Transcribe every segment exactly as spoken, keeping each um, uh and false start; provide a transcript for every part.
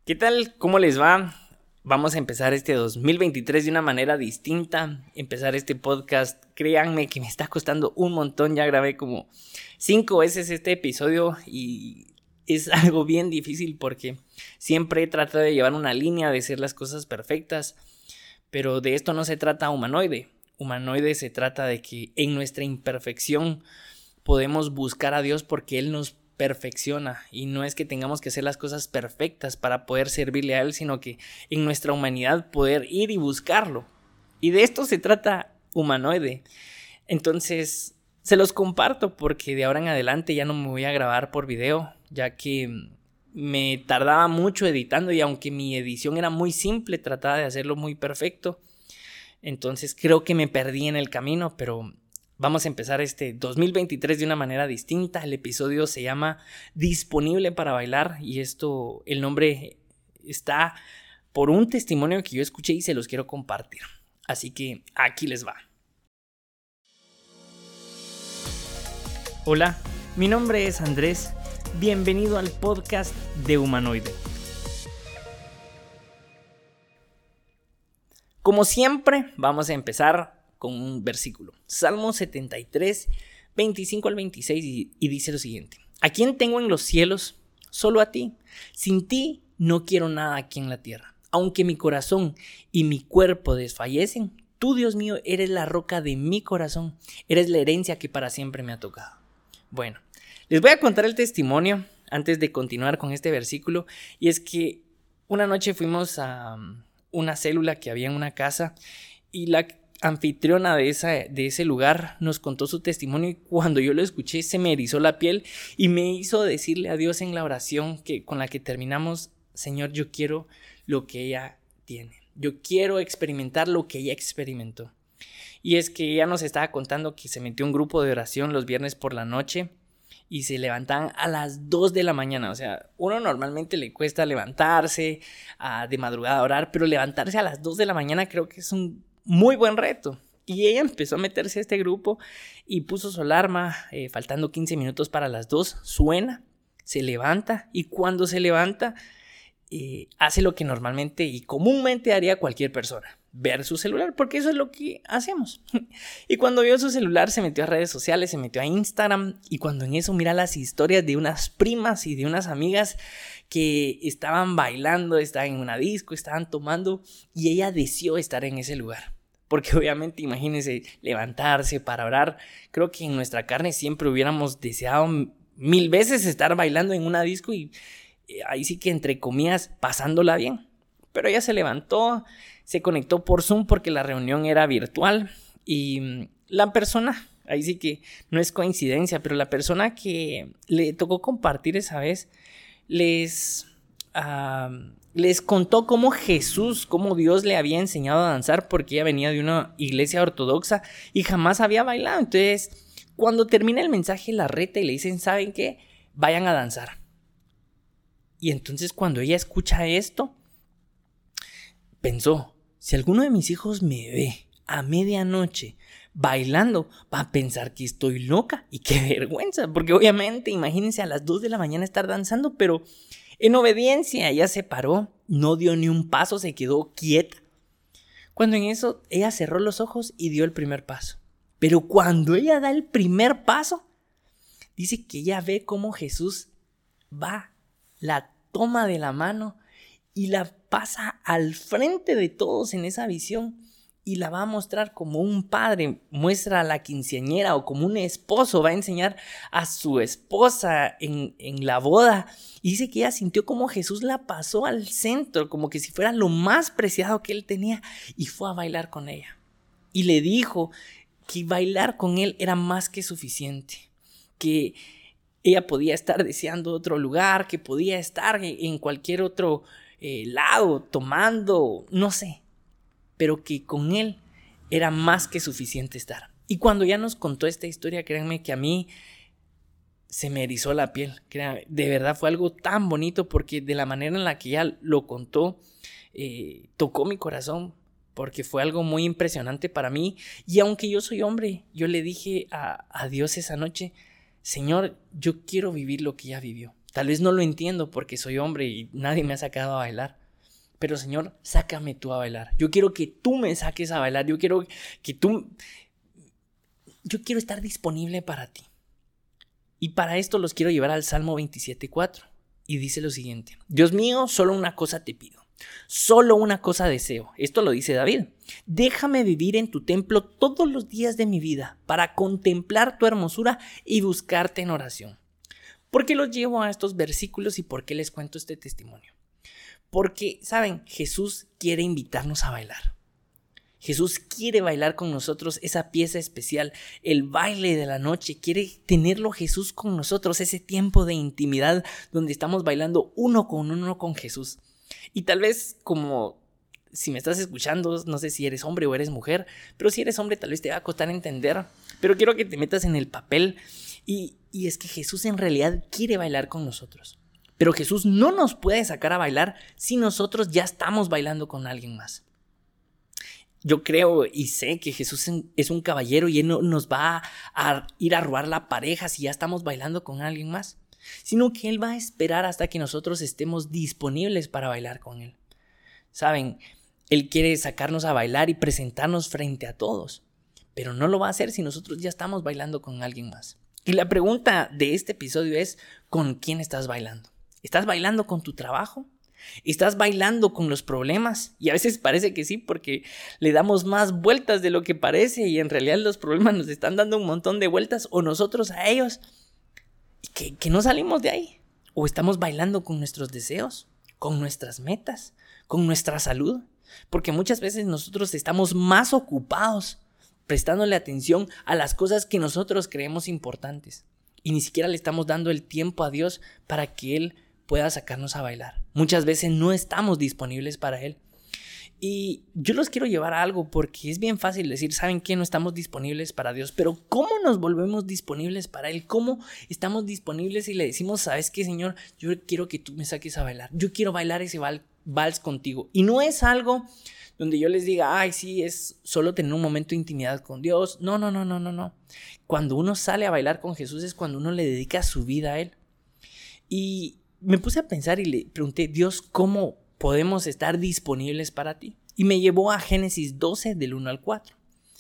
¿Qué tal? ¿Cómo les va? Vamos a empezar este dos mil veintitrés de una manera distinta. Empezar este podcast, créanme que me está costando un montón. Ya grabé como cinco veces este episodio y es algo bien difícil porque siempre he tratado de llevar una línea, de hacer las cosas perfectas. Pero de esto no se trata humanoide. Humanoide se trata de que en nuestra imperfección podemos buscar a Dios porque Él nos perfecciona, y no es que tengamos que hacer las cosas perfectas para poder servirle a Él, sino que en nuestra humanidad poder ir y buscarlo. Y de esto se trata humanoide. Entonces se los comparto porque de ahora en adelante ya no me voy a grabar por video, ya que me tardaba mucho editando, y aunque mi edición era muy simple, trataba de hacerlo muy perfecto. Entonces creo que me perdí en el camino, pero vamos a empezar este dos mil veintitrés de una manera distinta. El episodio se llama Disponible para bailar, y esto, el nombre está por un testimonio que yo escuché y se los quiero compartir. Así que aquí les va. Hola, mi nombre es Andrés. Bienvenido al podcast de Humanoide. Como siempre, vamos a empezar con un versículo. Salmo setenta y tres, veinticinco al veintiséis, y, y dice lo siguiente: ¿A quién tengo en los cielos? Solo a ti. Sin ti no quiero nada aquí en la tierra. Aunque mi corazón y mi cuerpo desfallecen, tú, Dios mío, eres la roca de mi corazón. Eres la herencia que para siempre me ha tocado. Bueno, les voy a contar el testimonio antes de continuar con este versículo. Y es que una noche fuimos a una célula que había en una casa, y la anfitriona de, esa, de ese lugar nos contó su testimonio, y cuando yo lo escuché se me erizó la piel y me hizo decirle a Dios en la oración que, con la que terminamos: Señor, yo quiero lo que ella tiene, yo quiero experimentar lo que ella experimentó. Y es que ella nos estaba contando que se metió un grupo de oración los viernes por la noche y se levantaban a las dos de la mañana. O sea, uno normalmente le cuesta levantarse uh, de madrugada a orar, pero levantarse a las dos de la mañana creo que es un muy buen reto. Y ella empezó a meterse a este grupo y puso su alarma, eh, faltando quince minutos para las dos, suena, se levanta, y cuando se levanta eh, hace lo que normalmente y comúnmente haría cualquier persona: ver su celular, porque eso es lo que hacemos. Y cuando vio su celular se metió a redes sociales, se metió a Instagram, y cuando en eso mira las historias de unas primas y de unas amigas que estaban bailando, estaban en una disco, estaban tomando, y ella deseó estar en ese lugar. Porque obviamente, imagínense, levantarse para orar. Creo que en nuestra carne siempre hubiéramos deseado mil veces estar bailando en una disco y eh, ahí sí que entre comillas pasándola bien. Pero ella se levantó, se conectó por Zoom porque la reunión era virtual, y la persona, ahí sí que no es coincidencia, pero la persona que le tocó compartir esa vez les, uh, les contó cómo Jesús, cómo Dios le había enseñado a danzar, porque ella venía de una iglesia ortodoxa y jamás había bailado. Entonces, cuando termina el mensaje, la reta y le dicen: ¿saben qué? Vayan a danzar. Y entonces cuando ella escucha esto, pensó: si alguno de mis hijos me ve a medianoche bailando, va a pensar que estoy loca, y qué vergüenza, porque obviamente imagínense a las dos de la mañana estar danzando. Pero en obediencia ella se paró, no dio ni un paso, se quedó quieta. Cuando en eso ella cerró los ojos y dio el primer paso. Pero cuando ella da el primer paso, dice que ella ve cómo Jesús va, la toma de la mano y la pasa al frente de todos en esa visión, y la va a mostrar como un padre muestra a la quinceañera, o como un esposo va a enseñar a su esposa en, en la boda. Y dice que ella sintió como Jesús la pasó al centro, como que si fuera lo más preciado que él tenía, y fue a bailar con ella. Y le dijo que bailar con él era más que suficiente, que ella podía estar deseando otro lugar, que podía estar en cualquier otro eh, lado, tomando, no sé, pero que con él era más que suficiente estar. Y cuando ya nos contó esta historia, créanme que a mí se me erizó la piel. Créanme, de verdad fue algo tan bonito, porque de la manera en la que ella lo contó, eh, tocó mi corazón, porque fue algo muy impresionante para mí. Y aunque yo soy hombre, yo le dije a, a Dios esa noche: Señor, yo quiero vivir lo que ella vivió. Tal vez no lo entiendo porque soy hombre y nadie me ha sacado a bailar. Pero Señor, sácame tú a bailar. Yo quiero que tú me saques a bailar. Yo quiero que tú... Yo quiero estar disponible para ti. Y para esto los quiero llevar al Salmo veintisiete cuatro. Y dice lo siguiente: Dios mío, solo una cosa te pido, solo una cosa deseo. Esto lo dice David. Déjame vivir en tu templo todos los días de mi vida para contemplar tu hermosura y buscarte en oración. ¿Por qué los llevo a estos versículos y por qué les cuento este testimonio? Porque, ¿saben? Jesús quiere invitarnos a bailar. Jesús quiere bailar con nosotros esa pieza especial, el baile de la noche. Quiere tenerlo Jesús con nosotros, ese tiempo de intimidad donde estamos bailando uno con uno con Jesús. Y tal vez, como si me estás escuchando, no sé si eres hombre o eres mujer, pero si eres hombre tal vez te va a costar entender, pero quiero que te metas en el papel. Y, y es que Jesús en realidad quiere bailar con nosotros. Pero Jesús no nos puede sacar a bailar si nosotros ya estamos bailando con alguien más. Yo creo y sé que Jesús es un caballero y Él no nos va a ir a robar la pareja si ya estamos bailando con alguien más, sino que Él va a esperar hasta que nosotros estemos disponibles para bailar con Él. Saben, Él quiere sacarnos a bailar y presentarnos frente a todos, pero no lo va a hacer si nosotros ya estamos bailando con alguien más. Y la pregunta de este episodio es: ¿con quién estás bailando? ¿Estás bailando con tu trabajo? ¿Estás bailando con los problemas? Y a veces parece que sí, porque le damos más vueltas de lo que parece y en realidad los problemas nos están dando un montón de vueltas, o nosotros a ellos, y que, que no salimos de ahí. O estamos bailando con nuestros deseos, con nuestras metas, con nuestra salud, porque muchas veces nosotros estamos más ocupados prestándole atención a las cosas que nosotros creemos importantes y ni siquiera le estamos dando el tiempo a Dios para que Él pueda sacarnos a bailar. Muchas veces no estamos disponibles para Él. Y yo los quiero llevar a algo, porque es bien fácil decir, ¿saben qué? No estamos disponibles para Dios, pero ¿cómo nos volvemos disponibles para Él? ¿Cómo estamos disponibles y le decimos, ¿sabes qué, Señor? Yo quiero que tú me saques a bailar. Yo quiero bailar ese val- vals contigo. Y no es algo donde yo les diga, ay, sí, es solo tener un momento de intimidad con Dios. No, no, no, no, no, no. Cuando uno sale a bailar con Jesús es cuando uno le dedica su vida a Él. Y me puse a pensar y le pregunté, Dios, ¿cómo podemos estar disponibles para ti? Y me llevó a Génesis doce, del uno al cuatro.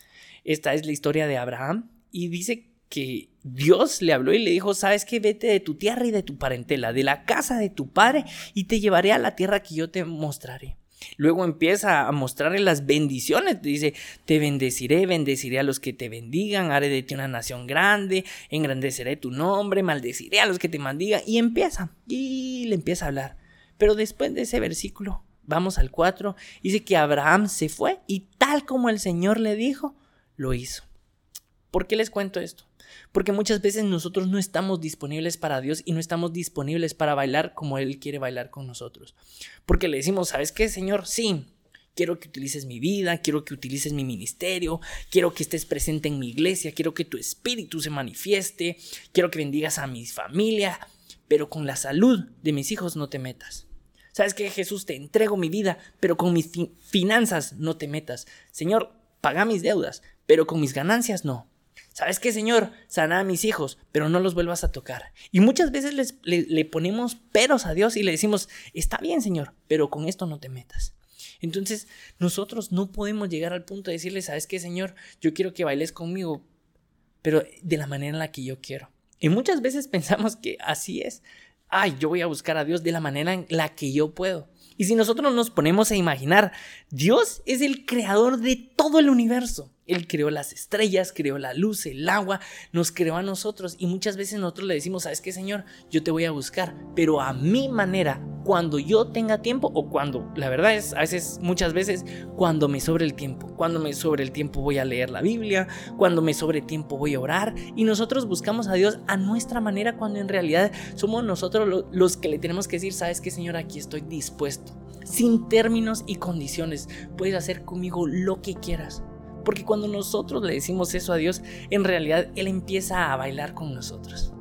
Esta es la historia de Abraham y dice que Dios le habló y le dijo, ¿sabes qué? Vete de tu tierra y de tu parentela, de la casa de tu padre, y te llevaré a la tierra que yo te mostraré. Luego empieza a mostrarle las bendiciones. Dice, te bendeciré, bendeciré a los que te bendigan, haré de ti una nación grande, engrandeceré tu nombre, maldeciré a los que te maldigan. Y empieza, y le empieza a hablar. Pero después de ese versículo, vamos al cuatro, dice que Abraham se fue y tal como el Señor le dijo, lo hizo. ¿Por qué les cuento esto? Porque muchas veces nosotros no estamos disponibles para Dios y no estamos disponibles para bailar como Él quiere bailar con nosotros. Porque le decimos, ¿sabes qué, Señor? Sí, quiero que utilices mi vida, quiero que utilices mi ministerio, quiero que estés presente en mi iglesia, quiero que tu espíritu se manifieste, quiero que bendigas a mi familia, pero con la salud de mis hijos no te metas. ¿Sabes qué, Jesús? Te entrego mi vida, pero con mis fi- finanzas no te metas. Señor, paga mis deudas, pero con mis ganancias no. ¿Sabes qué, Señor? Sana a mis hijos, pero no los vuelvas a tocar. Y muchas veces les, le, le ponemos peros a Dios y le decimos, está bien, Señor, pero con esto no te metas. Entonces, nosotros no podemos llegar al punto de decirle, ¿sabes qué, Señor? Yo quiero que bailes conmigo, pero de la manera en la que yo quiero. Y muchas veces pensamos que así es. Ay, yo voy a buscar a Dios de la manera en la que yo puedo. Y si nosotros nos ponemos a imaginar, Dios es el creador de todo el universo. Él creó las estrellas, creó la luz, el agua, nos creó a nosotros. Y muchas veces nosotros le decimos, ¿sabes qué, Señor? Yo te voy a buscar, pero a mi manera, cuando yo tenga tiempo, o cuando, la verdad es, a veces, muchas veces, cuando me sobre el tiempo. Cuando me sobre el tiempo voy a leer la Biblia, cuando me sobre tiempo voy a orar. Y nosotros buscamos a Dios a nuestra manera, cuando en realidad somos nosotros lo, los que le tenemos que decir, ¿sabes qué, Señor? Aquí estoy dispuesto. Sin términos y condiciones, puedes hacer conmigo lo que quieras. Porque cuando nosotros le decimos eso a Dios, en realidad Él empieza a bailar con nosotros.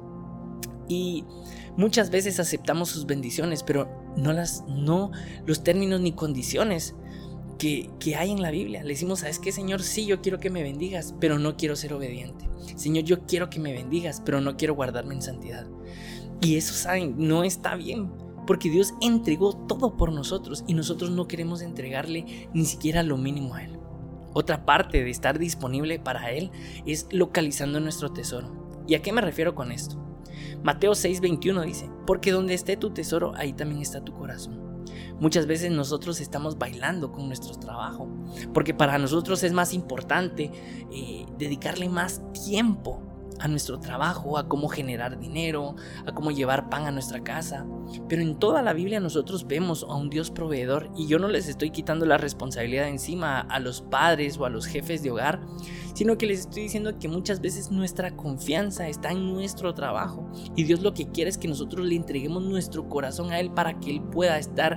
Y muchas veces aceptamos sus bendiciones, pero no, las, no los términos ni condiciones que, que hay en la Biblia. Le decimos, ¿sabes qué, Señor? Sí, yo quiero que me bendigas, pero no quiero ser obediente. Señor, yo quiero que me bendigas, pero no quiero guardarme en santidad. Y eso, ¿saben? No está bien, porque Dios entregó todo por nosotros y nosotros no queremos entregarle ni siquiera lo mínimo a Él. Otra parte de estar disponible para Él es localizando nuestro tesoro. ¿Y a qué me refiero con esto? Mateo seis veintiuno dice: porque donde esté tu tesoro, ahí también está tu corazón. Muchas veces nosotros estamos bailando con nuestro trabajo, porque para nosotros es más importante eh, dedicarle más tiempo a nuestro trabajo, a cómo generar dinero, a cómo llevar pan a nuestra casa. Pero en toda la Biblia nosotros vemos a un Dios proveedor, y yo no les estoy quitando la responsabilidad encima a los padres o a los jefes de hogar, sino que les estoy diciendo que muchas veces nuestra confianza está en nuestro trabajo, y Dios lo que quiere es que nosotros le entreguemos nuestro corazón a Él para que Él pueda estar,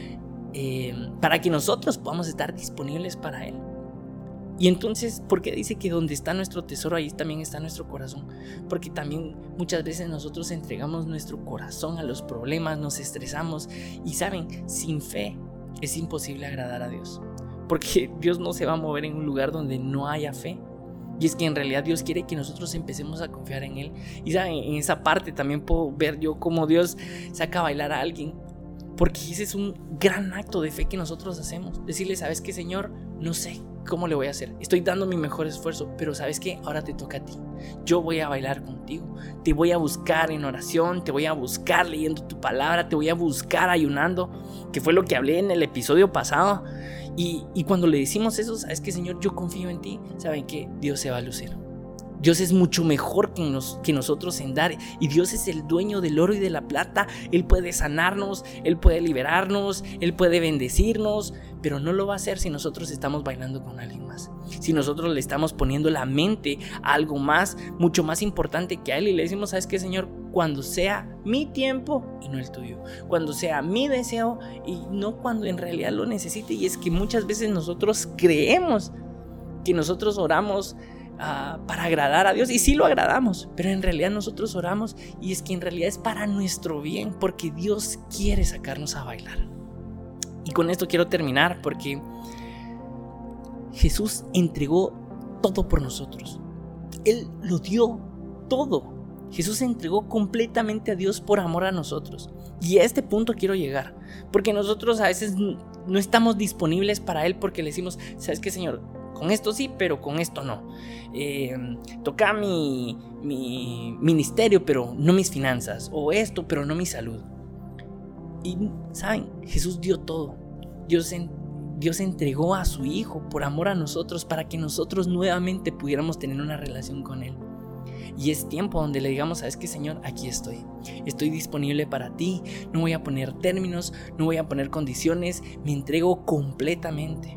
eh, para que nosotros podamos estar disponibles para Él. Y entonces, ¿por qué dice que donde está nuestro tesoro, ahí también está nuestro corazón? Porque también muchas veces nosotros entregamos nuestro corazón a los problemas, nos estresamos, y saben, sin fe es imposible agradar a Dios, porque Dios no se va a mover en un lugar donde no haya fe. Y es que en realidad Dios quiere que nosotros empecemos a confiar en Él. Y saben, en esa parte también puedo ver yo cómo Dios saca a bailar a alguien, porque ese es un gran acto de fe que nosotros hacemos. Decirle: ¿sabes qué, Señor? No sé cómo le voy a hacer, estoy dando mi mejor esfuerzo, pero ¿sabes qué? Ahora te toca a ti. Yo voy a bailar contigo, te voy a buscar en oración, te voy a buscar leyendo tu palabra, te voy a buscar ayunando, que fue lo que hablé en el episodio pasado. Y, y cuando le decimos eso: ¿sabes qué, Señor? Yo confío en ti. ¿Saben qué? Dios se va a lucir. Dios es mucho mejor que, nos, que nosotros en dar, y Dios es el dueño del oro y de la plata. Él puede sanarnos, Él puede liberarnos, Él puede bendecirnos, pero no lo va a hacer si nosotros estamos bailando con alguien más, si nosotros le estamos poniendo la mente a algo más, mucho más importante que a Él, y le decimos: ¿sabes qué, Señor? Cuando sea mi tiempo y no el tuyo, cuando sea mi deseo y no cuando en realidad lo necesite. Y es que muchas veces nosotros creemos que nosotros oramos Uh, para agradar a Dios, y sí lo agradamos, pero en realidad nosotros oramos y es que en realidad es para nuestro bien, porque Dios quiere sacarnos a bailar. Y con esto quiero terminar, porque Jesús entregó todo por nosotros. Él lo dio todo. Jesús se entregó completamente a Dios por amor a nosotros. Y a este punto quiero llegar, porque nosotros a veces no estamos disponibles para Él, porque le decimos: ¿sabes qué, Señor? Con esto sí, pero con esto no. Eh, toca mi, mi ministerio, pero no mis finanzas. O esto, pero no mi salud. Y, ¿saben? Jesús dio todo. Dios, en, Dios entregó a su Hijo por amor a nosotros, para que nosotros nuevamente pudiéramos tener una relación con Él. Y es tiempo donde le digamos: ¿sabes qué, Señor? Aquí estoy. Estoy disponible para ti. No voy a poner términos, no voy a poner condiciones. Me entrego completamente.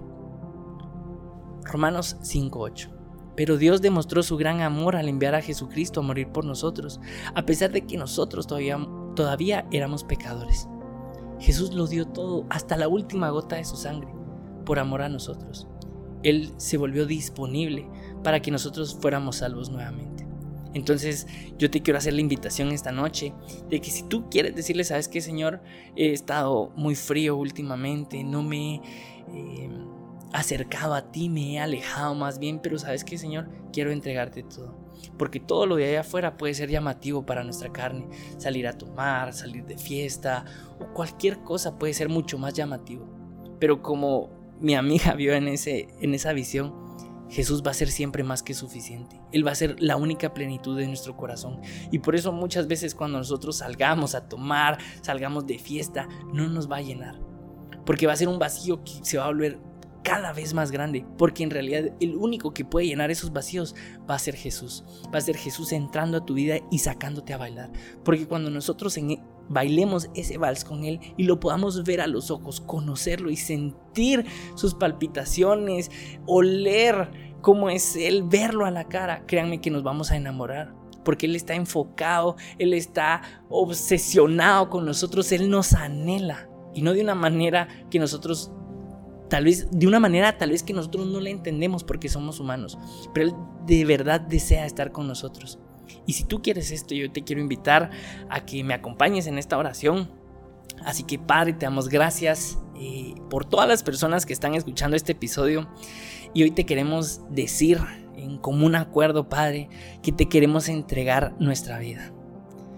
Romanos cinco ocho. Pero Dios demostró su gran amor al enviar a Jesucristo a morir por nosotros, a pesar de que nosotros todavía, todavía éramos pecadores. Jesús lo dio todo, hasta la última gota de su sangre, por amor a nosotros. Él se volvió disponible para que nosotros fuéramos salvos nuevamente. Entonces yo te quiero hacer la invitación esta noche de que si tú quieres decirle: ¿sabes qué, Señor? He estado muy frío últimamente, no me he eh, acercado a ti, me he alejado más bien, pero ¿sabes qué, Señor? Quiero entregarte todo, porque todo lo de allá afuera puede ser llamativo para nuestra carne. Salir a tomar, salir de fiesta o cualquier cosa puede ser mucho más llamativo, pero como mi amiga vio en, ese, en esa visión, Jesús va a ser siempre más que suficiente. Él va a ser la única plenitud de nuestro corazón. Y por eso muchas veces cuando nosotros salgamos a tomar, salgamos de fiesta, no nos va a llenar, porque va a ser un vacío que se va a volver cada vez más grande, porque en realidad el único que puede llenar esos vacíos va a ser Jesús. Va a ser Jesús entrando a tu vida y sacándote a bailar, porque cuando nosotros en, bailemos ese vals con Él y lo podamos ver a los ojos, conocerlo y sentir sus palpitaciones, oler cómo es Él, verlo a la cara, créanme que nos vamos a enamorar, porque Él está enfocado, Él está obsesionado con nosotros, Él nos anhela, y no de una manera que nosotros Tal vez de una manera tal vez que nosotros no la entendemos porque somos humanos, pero Él de verdad desea estar con nosotros. Y si tú quieres esto, yo te quiero invitar a que me acompañes en esta oración. Así que, Padre, te damos gracias eh, por todas las personas que están escuchando este episodio. Y hoy te queremos decir en común acuerdo, Padre, que te queremos entregar nuestra vida.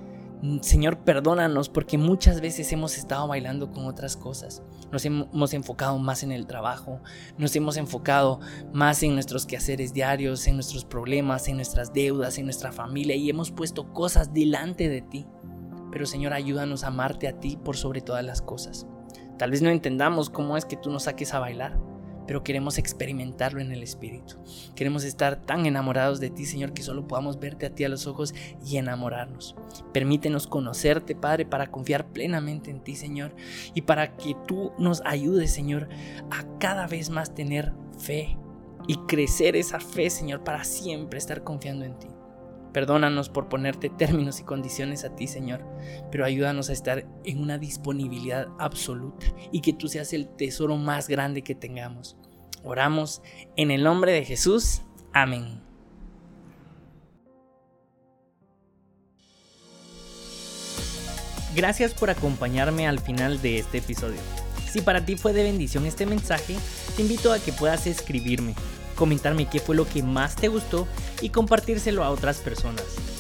Señor, perdónanos porque muchas veces hemos estado bailando con otras cosas. Nos hemos enfocado más en el trabajo, nos hemos enfocado más en nuestros quehaceres diarios, en nuestros problemas, en nuestras deudas, en nuestra familia, y hemos puesto cosas delante de ti. Pero Señor, ayúdanos a amarte a ti por sobre todas las cosas. Tal vez no entendamos cómo es que tú nos saques a bailar, pero queremos experimentarlo en el Espíritu. Queremos estar tan enamorados de ti, Señor, que solo podamos verte a ti a los ojos y enamorarnos. Permítenos conocerte, Padre, para confiar plenamente en ti, Señor, y para que tú nos ayudes, Señor, a cada vez más tener fe y crecer esa fe, Señor, para siempre estar confiando en ti. Perdónanos por ponerte términos y condiciones a ti, Señor, pero ayúdanos a estar en una disponibilidad absoluta y que tú seas el tesoro más grande que tengamos. Oramos en el nombre de Jesús. Amén. Gracias por acompañarme al final de este episodio. Si para ti fue de bendición este mensaje, te invito a que puedas escribirme, comentarme qué fue lo que más te gustó y compartírselo a otras personas.